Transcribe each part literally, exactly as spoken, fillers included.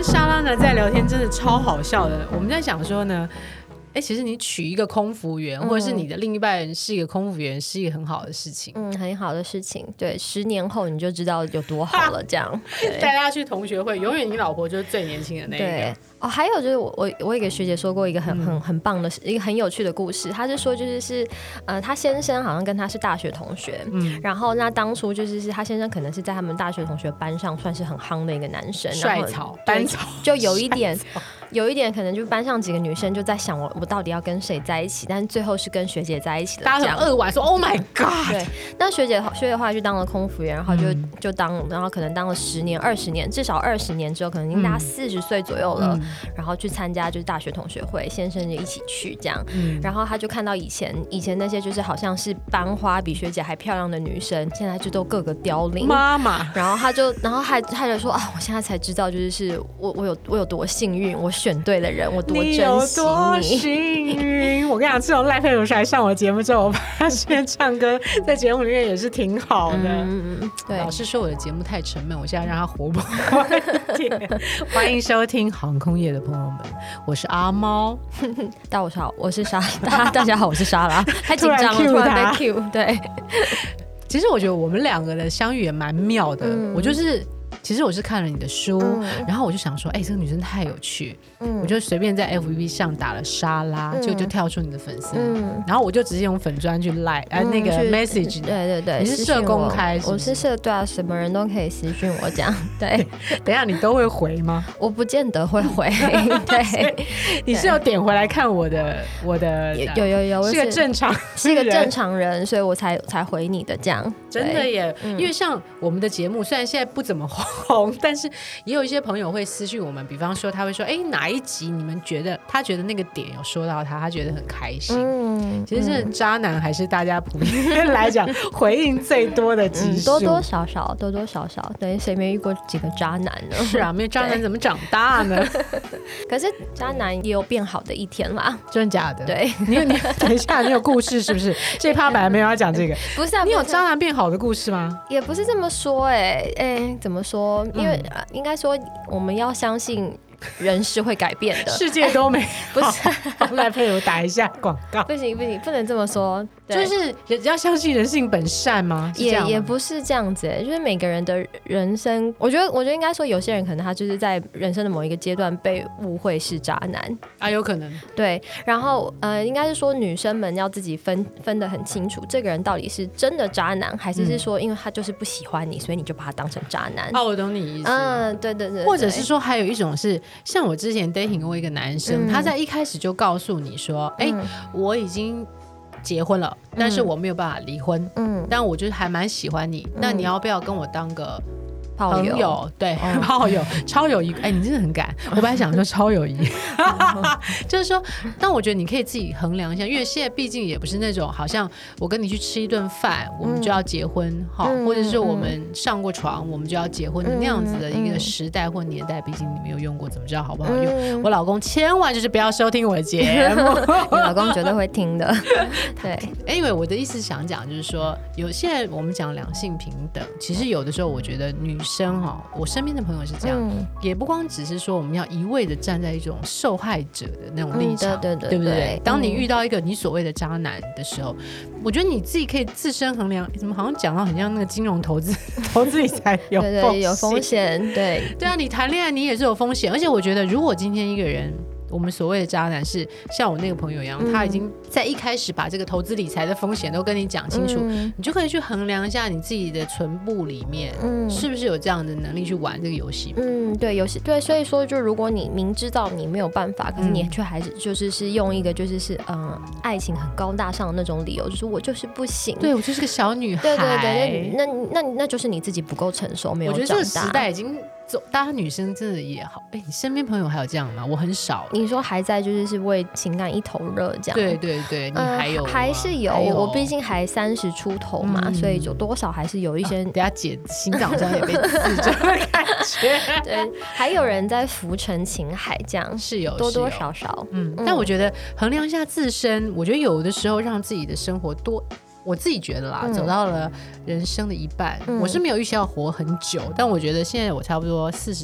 跟莎拉呢在聊天真的超好笑的，我们在想说呢哎，其实你娶一个空服员、嗯、或者是你的另一半是一个空服员是一个很好的事情， 嗯，很好的事情。对，十年后你就知道有多好了这样带他去同学会，永远你老婆就是最年轻的那一个。 对哦，还有就是我我我有个学姐说过一个很很很棒的一个很有趣的故事，她是说就是是呃，她先生好像跟她是大学同学，嗯，然后那当初就是是她先生可能是在他们大学同学班上算是很夯的一个男生， 帅草班草， 就有一点有一点可能就班上几个女生就在想我我到底要跟谁在一起，但是最后是跟学姐在一起的， 大家很扼腕说 Oh my God。 对，那学姐学姐后来就当了空服员，然后就、嗯、就当然后可能当了十年二十年，至少二十年之后可能已经大概四十岁左右了、嗯、然后去参加就是大学同学会，先生就一起去这样、嗯、然后他就看到以前以前那些就是好像是班花比学姐还漂亮的女生，现在就都个个凋零妈妈， 然后他就然后还他就说啊，我现在才知道就是是我我有我有多幸运，我选对了人，我多珍惜你， 你有多幸运。我跟你讲，自从赖佩如来上我的节目之后，我发现唱歌在节目里面也是挺好的。嗯，对。老师说我的节目太沉闷，我现在让他活泼一点。欢迎收听航空业的朋友们，我是阿猫。 大家好，我是莎拉。大家好，我是莎拉。太紧张了，突然被 Q。对。 其实我觉得我们两个的相遇也蛮妙的。嗯、我就是。其实我是看了你的书、嗯、然后我就想说哎、欸，这个女生太有趣、嗯、我就随便在 F B 上打了莎拉、嗯、就就跳出你的粉丝、嗯、然后我就直接用粉专去 like、嗯、呃那个 message。 对对对， 你是设公开是不是？ 我是设，对啊，什么人都可以私讯我这样。对等一下你都会回吗？ 我不见得会回。对， 你是有点回来看我的我的有有有， 是个正常是个正常人，所以我才才回你的这样。 真的耶、嗯、因为像我们的节目虽然现在不怎么红，但是也有一些朋友会私讯我们，比方说他会说哎，哪一集你们觉得他觉得那个点有说到他，他觉得很开心。嗯，其实是渣男还是大家普遍来讲回应最多的集数、嗯、 多多少少多多少少，对，谁没遇过几个渣男呢？ 是啊，没有渣男怎么长大呢？ 可是渣男也有变好的一天啦。 真的假的？ 对， 你有你等一下，你有故事是不是？这趴本来没有要讲这个。 不是啊， 你有渣男变好的故事吗？ 也不是这么说。哎、欸、哎、欸，怎么说？因为、嗯呃、应该说我们要相信人是会改变的。 世界都没不是来陪我打一下广告。 不行不行，不能这么说。 就是要相信人性本善吗？ 也也不是这样子、欸，就是每个人的人生，我觉得我觉得应该说，有些人可能他就是在人生的某一个阶段被误会是渣男啊，有可能。 对，然后呃，应该是说女生们要自己分分得很清楚，这个人到底是真的渣男，还是是说因为他就是不喜欢你，所以你就把他当成渣男。 啊，我懂你意思。 嗯，对对 对, 对。 或者是说，还有一种是，像我之前 dating 过一个男生，嗯、他在一开始就告诉你说，哎、欸嗯，我已经结婚了，但是我没有办法离婚，嗯，但我就是还蛮喜欢你，嗯、那你要不要跟我当个朋友？友对、哦，炮友，超友谊。哎、欸，你真的很敢。我本来想说超友谊，就是说，但我觉得你可以自己衡量一下，因为现在毕竟也不是那种好像我跟你去吃一顿饭，我们就要结婚，哈、嗯，或者是我们上过床，我们就要结婚的那样子的一个时代或年代。毕竟你没有用过，怎么知道好不好用？嗯、我老公千万就是不要收听我的节目， 你老公绝对会听的。对， 哎，因为我的意思想讲就是说，有现在我们讲两性平等，其实有的时候我觉得女生哈，我身边的朋友是这样、嗯，也不光只是说我们要一味的站在一种受害者的那种立场，嗯、对, 对, 对, 对不对？当你遇到一个你所谓的渣男的时候，嗯、我觉得你自己可以自身衡量。怎么好像讲到很像那个金融投资，投资理财有风险，对对有风险， 对对啊，你谈恋爱你也是有风险，而且我觉得如果今天一个人。我们所谓的渣男是像我那个朋友一样、嗯、他已经在一开始把这个投资理财的风险都跟你讲清楚、嗯、你就可以去衡量一下你自己的存簿里面、嗯、是不是有这样的能力去玩这个游戏。 嗯，对，游戏对，所以说就如果你明知道你没有办法，可是你却还是就是是用一个就是是嗯爱情很高大上的那种理由，就是我就是不行， 对，我就是个小女孩， 对对对，那那 那, 那就是你自己不够成熟，没有长大。 我觉得这个时代已经走，大家女生真的也好，哎，你身边朋友还有这样吗？我很少。 你说还在就是是为情感一头热这样？ 对对对，你还有、啊呃、还是有，有我毕竟还三十出头嘛、嗯，所以就多少还是有一些。 啊、等下姐心脏上也被刺着的感觉。 对，还有人在浮沉情海这样， 是有多多少少。 嗯，但我觉得衡量一下自身，我觉得有的时候让自己的生活多。我自己觉得啦、嗯、走到了人生的一半、嗯、我是没有预期要活很久，但我觉得现在我差不多四十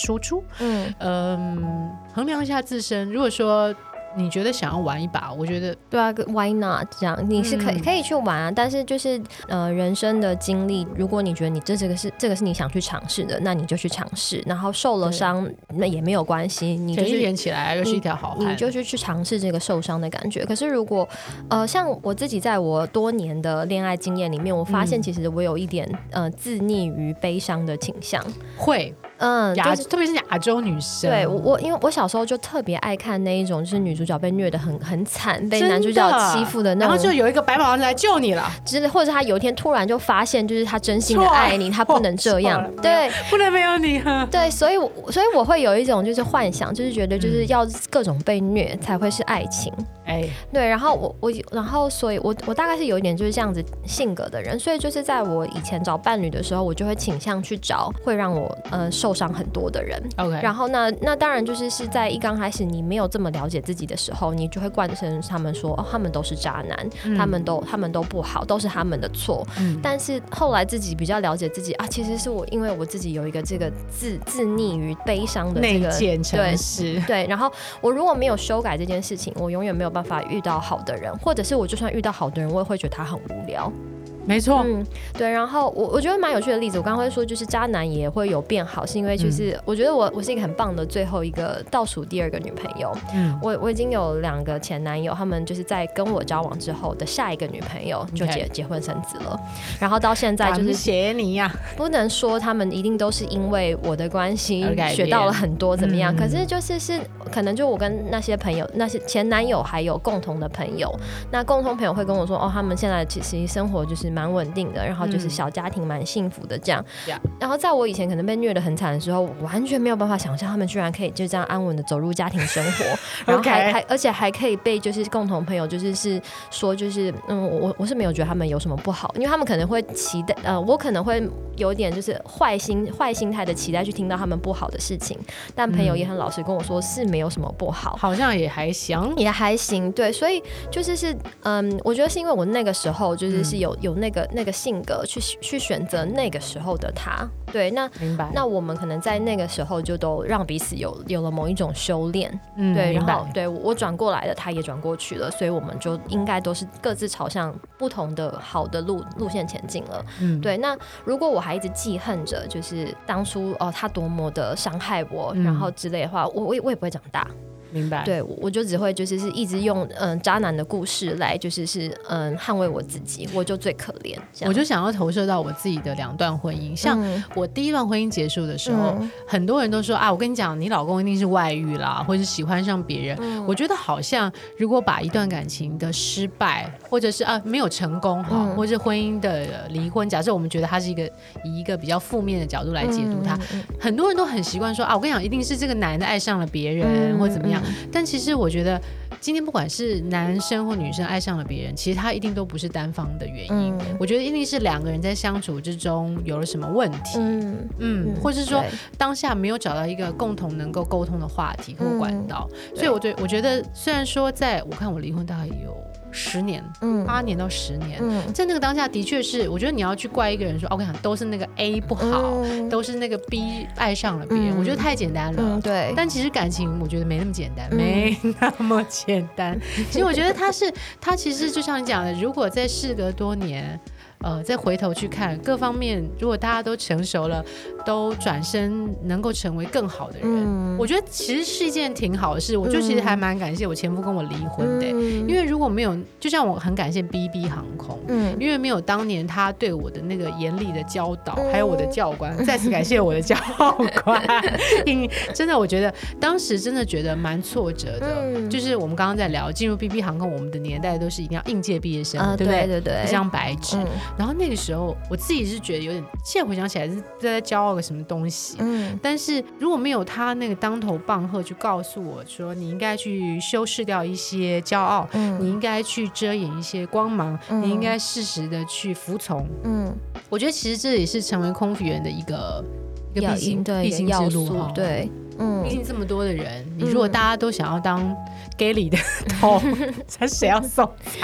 输出，嗯、呃、衡量一下自身。如果说你觉得想要玩一把，我觉得对啊 ，Why not？ 这样你是可以、嗯、可以去玩啊，但是就是呃人生的经历，如果你觉得你这这个是这个是你想去尝试的，那你就去尝试，然后受了伤那也没有关系，你就去演起来又是一条好汉， 你就是去尝试这个受伤的感觉。可是如果呃像我自己在我多年的恋爱经验里面，我发现其实我有一点、嗯、呃自溺于悲伤的倾向， 会。嗯，就是、特别是亚洲女生。 对我，因为我小时候就特别爱看那一种，就是女主角被虐得很很惨，被男主角欺负的那种， 然后就有一个白马王子来救你了， 之或者他有一天突然就发现，就是他真心的爱你，他不能这样，对， 不能没有你。 对，所以我，所以我会有一种就是幻想，就是觉得就是要各种被虐才会是爱情。哎，对，然后我我然后所以我我大概是有一点就是这样子性格的人，所以就是在我以前找伴侣的时候，我就会倾向去找会让我呃受伤很多的人。 OK， 然后那那当然就是是在一刚开始你没有这么了解自己的时候，你就会灌输他们说哦，他们都是渣男，嗯、他们都他们都不好，都是他们的错。嗯、但是后来自己比较了解自己啊，其实是我因为我自己有一个这个自自溺于悲伤的这个内建城市， 对对，然后我如果没有修改这件事情，我永远没有办法遇到好的人，或者是我就算遇到好的人，我也会觉得他很无聊。 没错， 嗯，对，然后我我觉得蛮有趣的例子，我刚刚会说就是渣男也会有变好，是因为就是我觉得我我是一个很棒的最后一个倒数第二个女朋友，嗯，我我已经有两个前男友，他们就是在跟我交往之后的下一个女朋友就结、okay. 结婚生子了，然后到现在就是谢你呀、啊， 不能说他们一定都是因为我的关系学到了很多怎么样，嗯、可是就是是可能就我跟那些朋友那些前男友还有共同的朋友，那共同朋友会跟我说哦，他们现在其实生活就是蛮稳定的，然后就是小家庭蛮幸福的这样、嗯、然后在我以前可能被虐得很惨的时候，我完全没有办法想象他们居然可以就这样安稳的走入家庭生活然后还, 还而且还可以被就是共同朋友就是是说就是嗯我我是没有觉得他们有什么不好，因为他们可能会期待呃我可能会有点就是坏心坏心态的期待去听到他们不好的事情，但朋友也很老实跟我说是没有什么不好， 好像也还行也还行，对，所以就是是嗯我觉得是因为我那个时候就是是有、嗯、有那个那个性格去去选择那个时候的他，对，那明白， 那我们可能在那个时候就都让彼此有有了某一种修炼，嗯，对，然后对我转过来了，他也转过去了，所以我们就应该都是各自朝向不同的好的路路线前进了，嗯，对。那如果我还一直记恨着，就是当初哦他多么的伤害我，嗯、然后之类的话，我我也我也不会长大。 明白， 对，我就只会就是是一直用嗯渣男的故事来就是是嗯捍卫我自己，我就最可怜。 我就想要投射到我自己的两段婚姻，像我第一段婚姻结束的时候，嗯、很多人都说啊，我跟你讲，你老公一定是外遇啦，或者是喜欢上别人。嗯、我觉得好像如果把一段感情的失败，或者是啊没有成功哈，嗯、或者是婚姻的离婚，假设我们觉得它是一个以一个比较负面的角度来解读它，嗯嗯嗯、很多人都很习惯说啊，我跟你讲，一定是这个男的爱上了别人，嗯、或怎么样。但其实我觉得今天不管是男生或女生爱上了别人，其实他一定都不是单方的原因，嗯、我觉得一定是两个人在相处之中有了什么问题，嗯嗯，或是说当下没有找到一个共同能够沟通的话题或管道，嗯、所以我对我觉得虽然说在我看我离婚大概有十年，嗯，八年到十年，嗯，在那个当下的确是，我觉得你要去怪一个人说，哦、我跟你讲，都是那个 A 不好，嗯、都是那个 B 爱上了别人，嗯、我觉得太简单了， 嗯，对。 但其实感情我觉得没那么简单，嗯、没那么简单。其实我觉得他是，他其实就像你讲的，如果在事隔多年。呃，再回头去看各方面，如果大家都成熟了，都转身能够成为更好的人，嗯、我觉得其实是一件挺好的事。我就其实还蛮感谢我前夫跟我离婚的，嗯、因为如果没有，就像我很感谢 B B 航空，嗯、因为没有当年他对我的那个严厉的教导，嗯、还有我的教官，再次感谢我的教官。真的，我觉得当时真的觉得蛮挫折的，嗯、就是我们刚刚在聊进入 B B 航空，我们的年代都是一定要应届毕业生，呃、对不对？ 对对对， 一张白纸。嗯然后那个时候我自己是觉得有点，现在回想起来是在骄傲个什么东西，嗯，但是如果没有他那个当头棒喝去告诉我说你应该去修饰掉一些骄傲，嗯，你应该去遮掩一些光芒，嗯，你应该适时的去服从，嗯，我觉得其实这也是成为空服员的一个一个必经必经之路哈， 对，嗯， 毕竟这么多的人，你如果大家都想要当 gay 里的头，谁要送餐？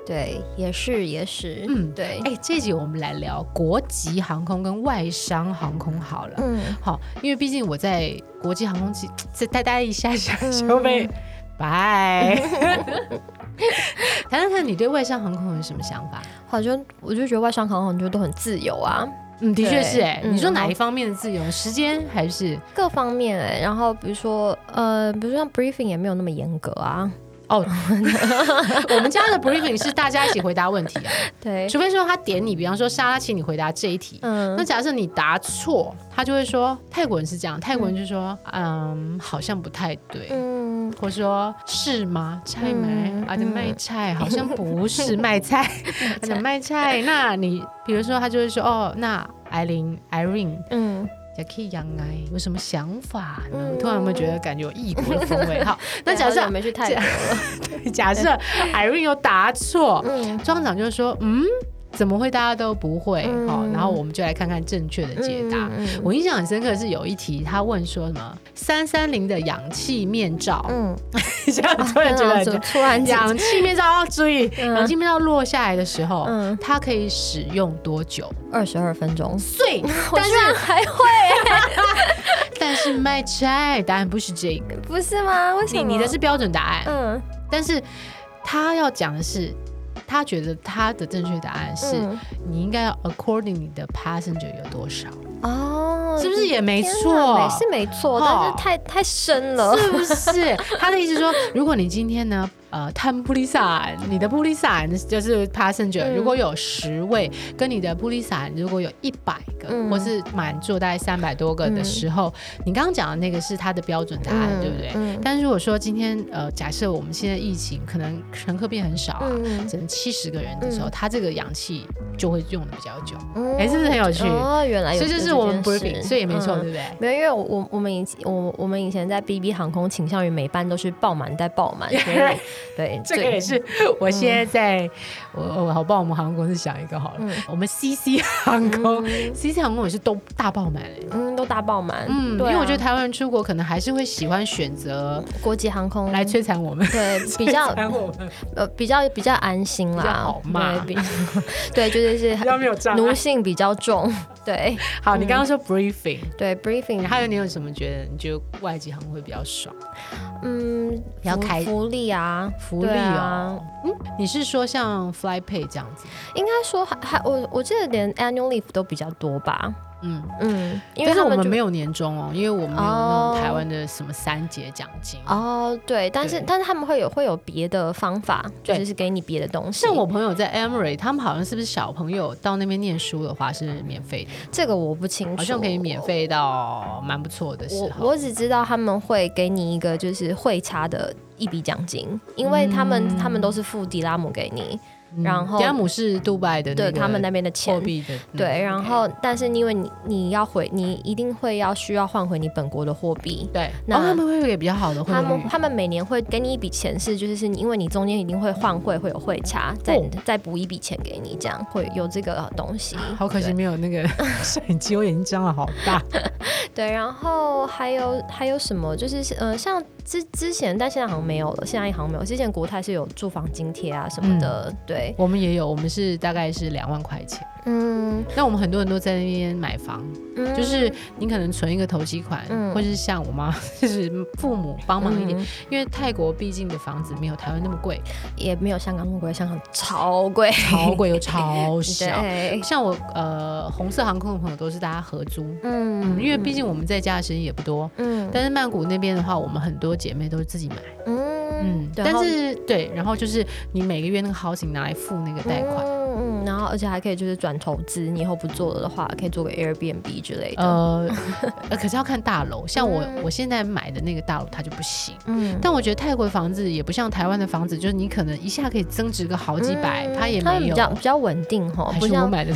对，也是也是， 嗯， 对。 哎，这一集我们来聊国际航空跟外商航空好了。嗯，好，因为毕竟我在国际航空再待待一下下就被拜。谈谈看你对外商航空有什么想法？ 好像我就觉得外商航空就都很自由啊。 嗯，的确是哎、欸。你说哪一方面的自由？时间还是各方面哎、欸？然后比如说呃，比如说像 briefing 也没有那么严格啊。 哦，我们家的 briefing 是大家一起回答问题啊。 对， 除非说他点你，比方说莎拉，请你回答这一题。嗯，那假设你答错，他就会说泰国人是这样，泰国人就说嗯，好像不太对。嗯，或者说是吗？菜买啊，的卖菜好像不是卖菜，啊的卖菜。那你比如说他就会说哦，那艾琳 Irene， 嗯。也可以养爱，有什么想法呢？嗯、突然有没有觉得感觉有异国的风味？好，那假设没去泰国了， 对，假设 Irene 有答错，嗯，庄长就说，嗯。怎么会大家都不会、嗯哦、然后我们就来看看正确的解答、嗯嗯、我印象很深刻是有一题他问说什么三三零的氧气面罩，嗯，这样突然觉得突然氧气面罩要注意、嗯、氧气面罩落下来的时候、嗯、它可以使用多久？ 二十二分钟。 碎， 但是还会但是卖菜答案不是这个。 不是吗？为什么？ 你, 你的是标准答案，嗯，但是他要讲的是他觉得他的正确答案是、嗯、你应该要 according 你的 passenger 有多少哦，是不是也没错？ 是没错、哦，但是太太深了， 是不是？他的意思说，如果你今天呢，呃，摊布利伞，你的布利伞就是 passenger、嗯、如果有十位，跟你的布利伞如果有一百个、嗯，或是满座大概三百多个的时候，嗯、你刚刚讲的那个是他的标准答案，嗯、对不对？嗯、但是如果说今天呃，假设我们现在疫情可能乘客变很少啊，嗯、只能七十个人的时候，他、嗯、这个氧气就会用的比较久，哎、嗯，是不是很有趣？ 哦，原来有， 所以这是我们 briefing， 所以也没错、嗯，对不对？ 没有，因为我我们以我我们以前在 B B 航空倾向于每班都是爆满再爆满，所以对， 这个也是我现在在、嗯、我我好帮我们航空公司想一个好了，嗯、我们 C C 航空、嗯、C C 航空也是都大爆满嘞， 嗯，都大爆满， 嗯，对、啊，因为我觉得台湾人出国可能还是会喜欢选择国际航空来摧残我们， 对，比较呃比较比较安心啦， 比较好骂， 对，对，就是是比较没有障碍， 奴性比较重，对。 好，你刚刚说 briefing，、嗯、 对 briefing， 还有你有什么觉得你觉得外籍航空会比较爽？ 嗯，比较开福利啊， 福利哦、啊，嗯，你是说像 FlyPay 这样子？ 应该说还还我我记得连 annual leave 都比较多吧。嗯嗯，因为我们没有年终哦，因为我们没有那种台湾的什么三节奖金哦。对，但是但是他们会有会有别的方法，就是给你别的东西。 像我朋友在 Emirates， 他们好像是不是小朋友到那边念书的话是免费的？ 这个我不清楚， 好像可以免费到蛮不错的时候。 我我只知道他们会给你一个就是汇差的一笔奖金，因为他们、嗯、他们都是付迪拉姆给你。然后迪拉姆是杜拜的那个对他们那边的钱货币的、 嗯、对，然后、okay. 但是因为你你要回你一定会要需要换回你本国的货币， 对，那、哦、他们会给比较好的汇率， 他们他们每年会给你一笔钱是就是是因为你中间一定会换汇会有汇差，再、哦、再补一笔钱给你，这样会有这个东西。 好可惜没有那个摄影机，我眼睛张了好大。 对，然后还有还有什么就是呃像之之前但现在好像没有了，现在好像没有。之前国泰是有住房津贴啊什么的、嗯，对， 我们也有，我们是大概是两万块钱。嗯，那我们很多人都在那边买房、嗯，就是你可能存一个头期款，嗯、或者是像我妈，就是父母帮忙一点、嗯，因为泰国毕竟的房子没有台湾那么贵， 也没有香港那么贵，香港超贵， 超贵又超小。像我呃红色航空的朋友都是大家合租，嗯，因为毕竟我们在家的时间也不多，嗯，但是曼谷那边的话，我们很多姐妹都是自己买，嗯。嗯，但是对，然后就是你每个月那个 housing 拿来付那个贷款， 嗯嗯，然后而且还可以就是转投资，你以后不做了的话，可以做个 Airbnb 之类的。呃， 可是要看大楼，像我、嗯、我现在买的那个大楼它就不行。嗯，但我觉得泰国的房子也不像台湾的房子，就是你可能一下可以增值个好几百，嗯、它也没有， 比较比较稳定哈， 不像我买的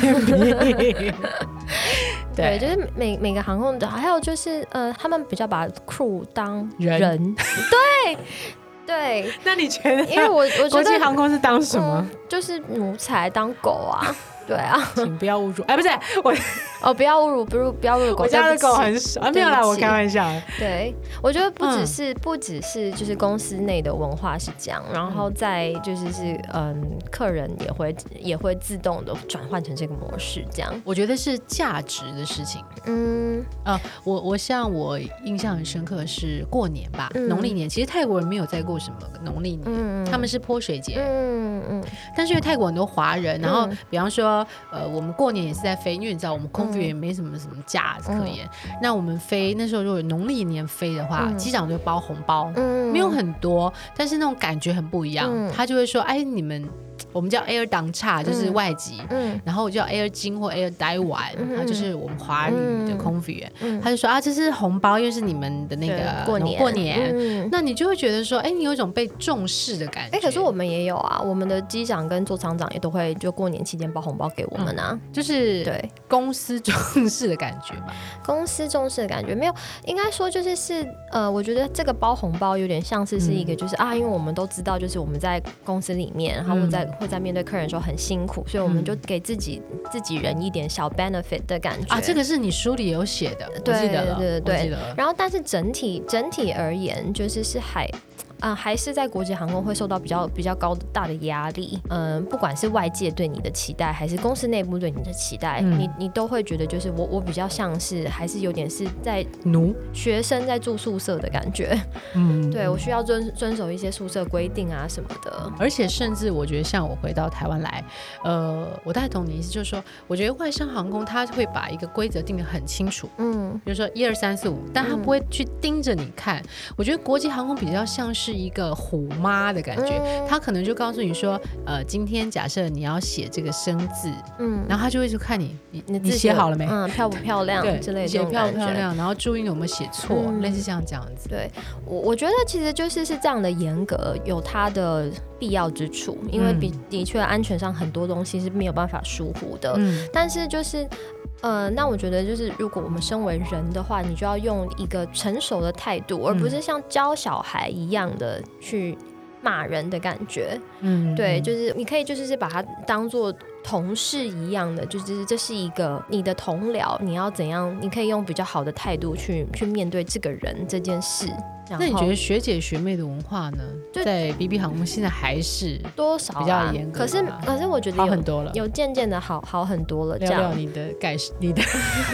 Airbnb。 对，就是每每个航空的，还有就是呃，他们比较把 crew 当人，人对对。 那你觉得？ 因为我我觉得国际航空是当什么？ 嗯、就是奴才当狗啊。对啊， 请不要侮辱！哎，不是我， 哦，不要侮辱，不不要侮辱狗， 我家的狗很少，啊、没有啦，我开玩笑。 对，我觉得不只是、嗯、不只是就是公司内的文化是这样，然后再就是是嗯，客人也会也会自动的转换成这个模式，这样。 我觉得是价值的事情。嗯，呃，我我像我印象很深刻的是过年吧，农、嗯、历年，其实泰国人没有在过什么农历年、嗯，他们是泼水节。嗯嗯。但是因为泰国很多华人，然后比方说，呃，我们过年也是在飞，因为你知道我们空服员也没什么什么假可言、嗯，那我们飞那时候如果农历年飞的话，机、嗯、长就包红包、嗯，没有很多，但是那种感觉很不一样，嗯、他就会说，哎，你们。我们叫 Air 当差，就是外籍、嗯，然后叫 Air 金或 Air 台湾，它、嗯、就是我们华语的空服员、嗯，他就说啊，这是红包，因为是你们的那个过年， 过年、嗯，那你就会觉得说，哎，你有一种被重视的感觉。 哎，可是我们也有啊，我们的机长跟座舱长也都会就过年期间包红包给我们啊，嗯、 就是对公司重视的感觉吧。 公司重视的感觉没有，应该说就是是呃，我觉得这个包红包有点像是是一个就是、嗯、啊，因为我们都知道，就是我们在公司里面，然后我在、嗯。会在面对客人的时候很辛苦，所以我们就给自己、嗯、自己人一点小 benefit 的感觉啊。这个是你书里有写的，我记得了， 对对对对。 然后，但是整体整体而言，就是是还。呃、还是在国际航空会受到比较比较高大的压力，嗯、呃，不管是外界对你的期待，还是公司内部对你的期待，嗯、你你都会觉得就是我我比较像是还是有点是在奴学生在住宿舍的感觉，嗯，对我需要遵遵守一些宿舍规定啊什么的， 而且甚至我觉得像我回到台湾来，呃，我大概懂你意思，就是说，我觉得外商航空它会把一个规则定得很清楚，嗯，比如说一二三四五，但它不会去盯着你看，嗯、我觉得国际航空比较像是。是一个虎妈的感觉、嗯、他可能就告诉你说呃，今天假设你要写这个生字，嗯，然后他就会去看你你你写好了没， 嗯，漂不漂亮之类的， 写漂不漂亮，然后注音有没有写错、嗯、类似像这样子。 对，我我觉得其实就是是这样的严格有它的必要之处，因为比、嗯、的确安全上很多东西是没有办法疏忽的、嗯、但是就是呃，那我觉得就是如果我们身为人的话，你就要用一个成熟的态度、嗯、而不是像教小孩一样的去骂人的感觉。嗯，对，就是你可以就是把它当作同事一样的，就是这是一个你的同僚，你要怎样，你可以用比较好的态度去去面对这个人这件事。 那你觉得学姐学妹的文化呢，在 B B 航空现在还是多少、啊、 比较严格？ 可是可是我觉得好很多了， 有渐渐的好好很多了。 聊聊你的改你的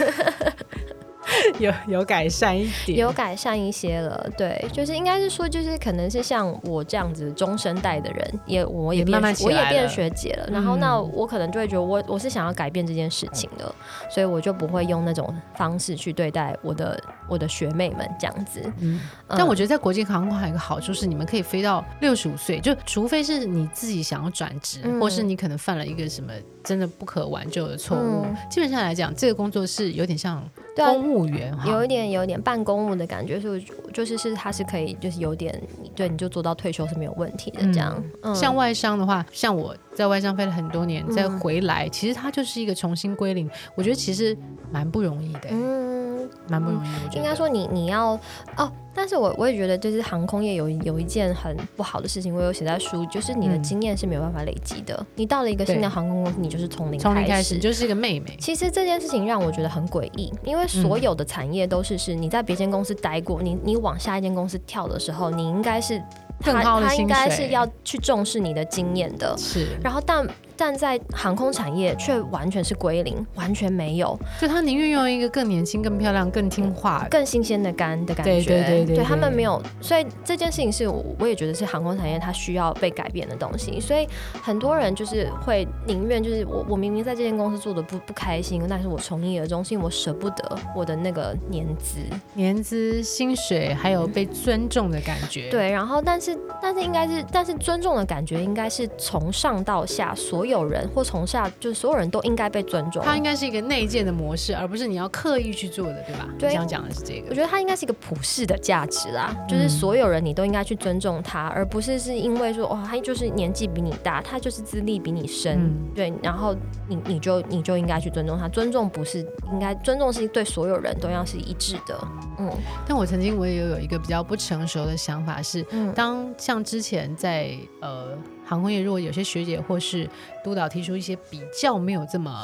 有有改善一点， 有改善一些了。对，就是应该是说，就是可能是像我这样子中生代的人，也我也变慢慢起来了， 我也变学姐了。然后那我可能就会觉得我我是想要改变这件事情的，所以我就不会用那种方式去对待我的我的学妹们这样子。嗯， 嗯但我觉得在国际航空还有一个好处是，你们可以飞到六十五岁，就除非是你自己想要转职、嗯，或是你可能犯了一个什么真的不可挽救的错误、嗯。基本上来讲，这个工作是有点像公务员， 啊、有一点有一点半公务的感觉，所以就是是它是可以就是有点对你就做到退休是没有问题的这样。 嗯嗯、像外商的话，像我在外商飞了很多年，再回来、嗯，其实它就是一个重新归零，我觉得其实蛮不容易的。嗯，蛮不容易的。我觉得应该说你你要哦。但是我我也觉得，就是航空业有有一件很不好的事情，我有写在书，就是你的经验是没有办法累积的。嗯、你到了一个新的航空公司，你就是从零从零开始，就是一个妹妹。 其实这件事情让我觉得很诡异，因为所有的产业都是是你在别间公司待过，你你往下一间公司跳的时候，你应该是更高的薪水，他应该是要去重视你的经验的。 是， 然后但。但在航空产业却完全是归零，完全没有。 就他宁愿用一个更年轻、更漂亮、更听话、 更新鲜的肝的感觉。 对对对 对, 对, 对他们没有，所以这件事情是我也觉得是航空产业它需要被改变的东西。所以很多人就是会宁愿就是我我明明在这间公司做的不不开心，但是我从一而终，是因为我舍不得我的那个年资、 年资、薪水，还有被尊重的感觉。 对，然后但是但是应该是，但是尊重的感觉应该是从上到下所有人或从下就是所有人都应该被尊重， 它应该是一个内建的模式，而不是你要刻意去做的，对吧？对，你想讲的是这个。 我觉得它应该是一个普世的价值啦，就是所有人你都应该去尊重他，而不是是因为说哦，他就是年纪比你大，他就是资历比你深，嗯、对，然后你你就你就应该去尊重他。尊重不是应该尊重是对所有人都要是一致的。嗯， 但我曾经我也有一个比较不成熟的想法是，嗯、当像之前在呃。航空业如果有些学姐或是督导提出一些比较没有这么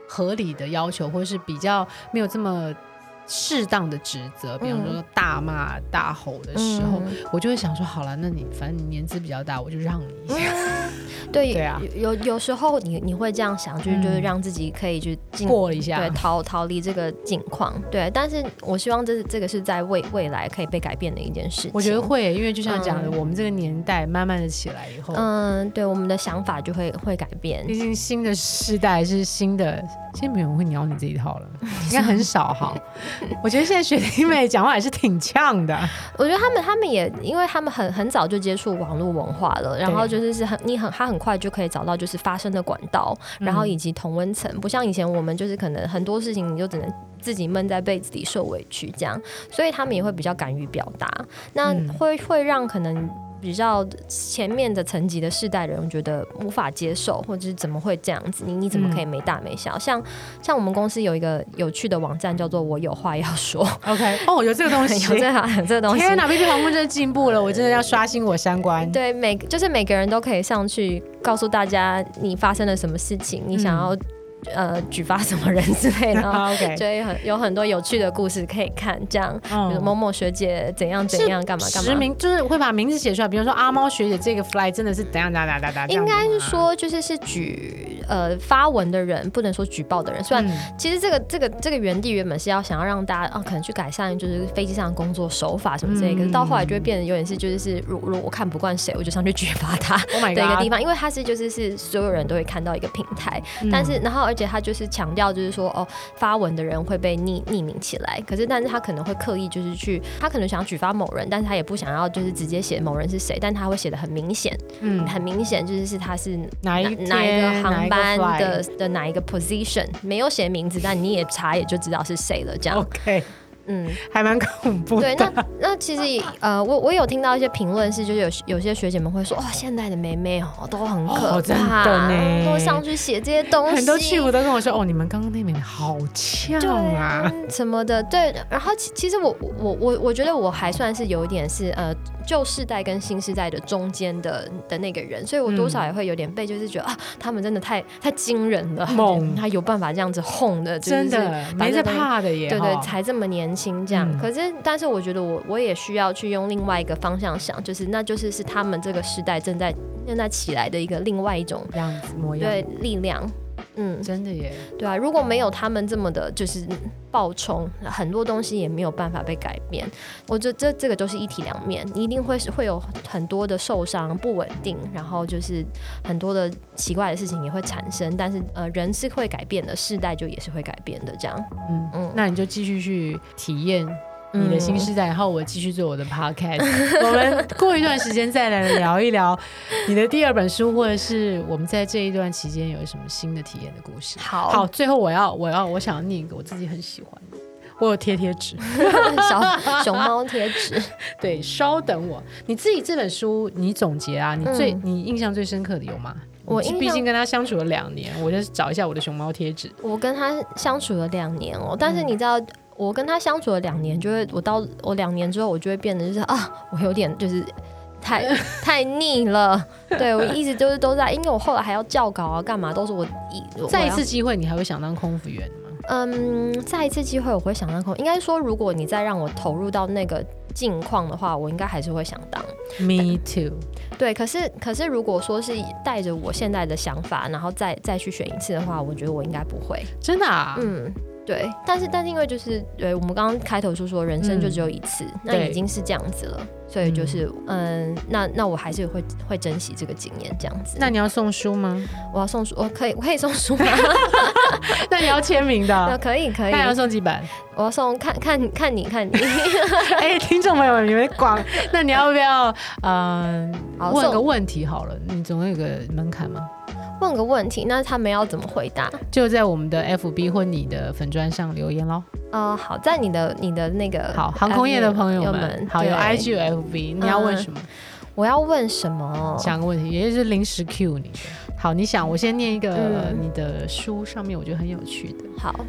合理的要求，或者是比较没有这么适当的指责，比方说大骂大吼的时候、嗯、我就会想说好了，那你反正你年资比较大，我就让你一下、嗯、 对, 对啊，有有时候你你会这样想，就是就是让自己可以去进过一下， 对，逃逃离这个境况，对。但是我希望这这个是在未未来可以被改变的一件事情。 我觉得会，因为就像讲的、嗯，我们这个年代慢慢的起来以后， 嗯，对，我们的想法就会会改变。 毕竟新的世代是新的，现在没有人会鸟你这一套了，应该很少哈。我觉得现在学弟妹讲话也是挺呛的。 我觉得他们他们也，因为他们很很早就接触网络文化了，然后就是是很你很他很快就可以找到就是发声的管道，然后以及同温层、嗯，不像以前我们就是可能很多事情你就只能自己闷在被子里受委屈这样，所以他们也会比较敢于表达，那会、嗯、会让可能比较前面的层级的世代人觉得无法接受，或者是怎么会这样子，你你怎么可以没大没小、嗯、像像我们公司有一个有趣的网站叫做我有话要说 OK 哦，有这个东西有这个有这个东西， 天哪 B B 皇冠真的进步了，我真的要刷新我三观。 对，每就是每个人都可以上去告诉大家你发生了什么事情，你想要、嗯呃，举发什么人之类的， okay. 就很有很多有趣的故事可以看，这样，嗯、比如某某学姐怎样怎样，干嘛干嘛， 实名就是会把名字写出来，比如说阿猫学姐这个 fly 真的是怎样怎样怎样怎样， 应该是说就是是举呃发文的人，不能说举报的人。虽然、嗯、其实这个这个这个原地原本是要想要让大家啊，可能去改善就是飞机上的工作手法什么之类的、嗯，可是到后来就会变得有点是就是是，如如我看不惯谁，我就上去举发他的一个地方， oh、 因为他是就是是所有人都会看到一个平台，嗯、但是然后而且他就是强调就是说哦，发文的人会被匿匿名起来，可是但是他可能会刻意就是去，他可能想举发某人，但是他也不想要就是直接写某人是谁，但他会写得很明显，嗯，很明显就是是他是哪一哪一个航班的的哪一个 position， 没有写名字，但你也查也就知道是谁了，这样。 OK。嗯，还蛮恐怖的。 对，那那其实呃，我我有听到一些评论是，就是有有些学姐们会说，哇、哦，现在的妹妹哦都很可怕，哦、真的呢，都上去写这些东西。 很多去我都跟我说，哦，你们刚刚那妹妹好呛啊， 什么的。对，然后其其实我我我我觉得我还算是有一点是呃旧世代跟新世代的中间的的那个人，所以我多少也会有点被就是觉得、嗯、啊，他们真的太太惊人了，猛，他有办法这样子哄的，就是、 真的没在怕的耶， 对对，才这么年轻这样、嗯。可是，但是我觉得我我也需要去用另外一个方向想，就是那就是是他们这个时代正在正在起来的一个另外一种样子模样， 对力量。嗯， 真的耶， 对啊，如果没有他们这么的，就是爆冲，很多东西也没有办法被改变。我觉得这这个都是一体两面，你一定会会有很多的受伤、不稳定，然后就是很多的奇怪的事情也会产生。但是呃，人是会改变的，世代就也是会改变的，这样。嗯嗯，那你就继续去体验你的新世代，然后我继续做我的 podcast。我们过一段时间再来聊一聊你的第二本书，或者是我们在这一段期间有什么新的体验的故事。 好， 好，最后我要我要我想要念一个我自己很喜欢的，我有贴贴纸， 小熊猫贴纸。 对，稍等我，你自己这本书你总结啊，你最、嗯、你印象最深刻的有吗？我毕竟跟他相处了两年，我就找一下我的熊猫贴纸。 我跟他相处了两年哦，但是你知道。嗯，我跟他相处了两年，就会我到我两年之后，我就会变得就是啊，我有点就是太太腻了。对，我一直就是都在，因为我后来还要校稿啊，干嘛都是我一再一次机会，你还会想当空服员吗？ 嗯，再一次机会我会想当空，应该说如果你再让我投入到那个境况的话，我应该还是会想当。 Me too。 对，可是可是如果说是带着我现在的想法，然后再再去选一次的话，我觉得我应该不会。 真的啊？ 嗯。对，但是但是因为就是对我们刚刚开头就说人生就只有一次，嗯、那已经是这样子了，所以就是嗯，那那我还是会会珍惜这个经验这样子。 那你要送书吗？ 我要送书，我可以我可以送书吗？ 那你要签名的？ 可以可以。 那你要送几本？ 我要送看看看你看你。 哎、欸，听众朋友们，你们广，那你要不要嗯、呃、问个问题好了？你总有个门槛吗？ 问个问题，那他们要怎么回答？ 就在我们的 F B 或你的粉专上留言咯。 呃，好，在你的你的那个好航空业的朋友们，好有 I G 有 F B， 你要问什么？嗯、 我要问什么？ 想个问题，也就是临时 Q 你的。好，你想，我先念一个、嗯、你的书上面我觉得很有趣的。 好，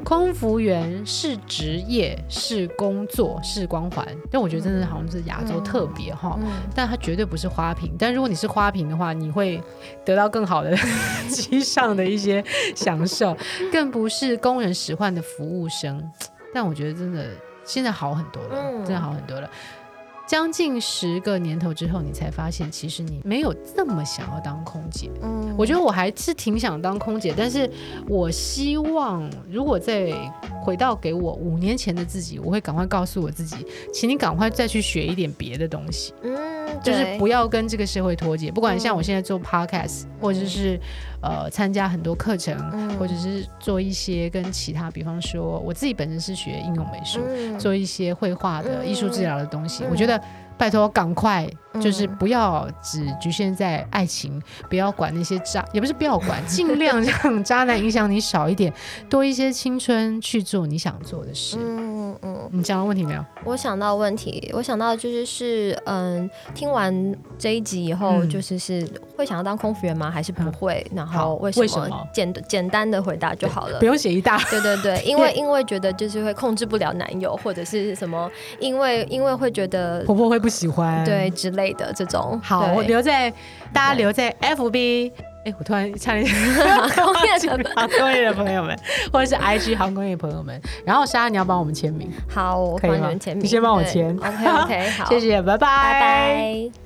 空服员是职业，是工作，是光环，但我觉得真的好像是亚洲特别哈、嗯嗯，但它绝对不是花瓶。但如果你是花瓶的话，你会得到更好的机上的一些享受，更不是工人使唤的服务生。但我觉得真的现在好很多了，嗯、真的好很多了。将近十个年头之后，你才发现其实你没有这么想要当空姐。嗯，我觉得我还是挺想当空姐，但是我希望如果再回到给我五年前的自己，我会赶快告诉我自己，请你赶快再去学一点别的东西。嗯，就是不要跟这个社会脱节。不管像我现在做 podcast，、嗯、或者是呃参加很多课程、嗯，或者是做一些跟其他，比方说我自己本身是学应用美术、嗯，做一些绘画的、艺术治疗的东西，嗯、我觉得。拜托赶快就是不要只局限在爱情、嗯、不要管那些渣，也不是不要管，尽量让渣男影响你少一点，多一些青春去做你想做的事。嗯嗯，你讲到问题没有？ 我想到问题，我想到就是是嗯，听完这一集以后、嗯、就是是会想要当空服员吗？还是不会？嗯、然后为什么？ 为什么？ 简简单的回答就好了， 不用写一大。 对对对，因为因为觉得就是会控制不了男友，或者是什么，因为因为会觉得婆婆会不喜欢， 对之类的这种。 好，我留在大家留在 F B。哎，我突然差点航空业的航空业的朋友们，或者是 I G 航空业的朋友们，然后莎，你要帮我们签名， 好，我帮你们签名， 你先帮我签 ，OK OK， 好， 谢谢，拜拜， 拜拜。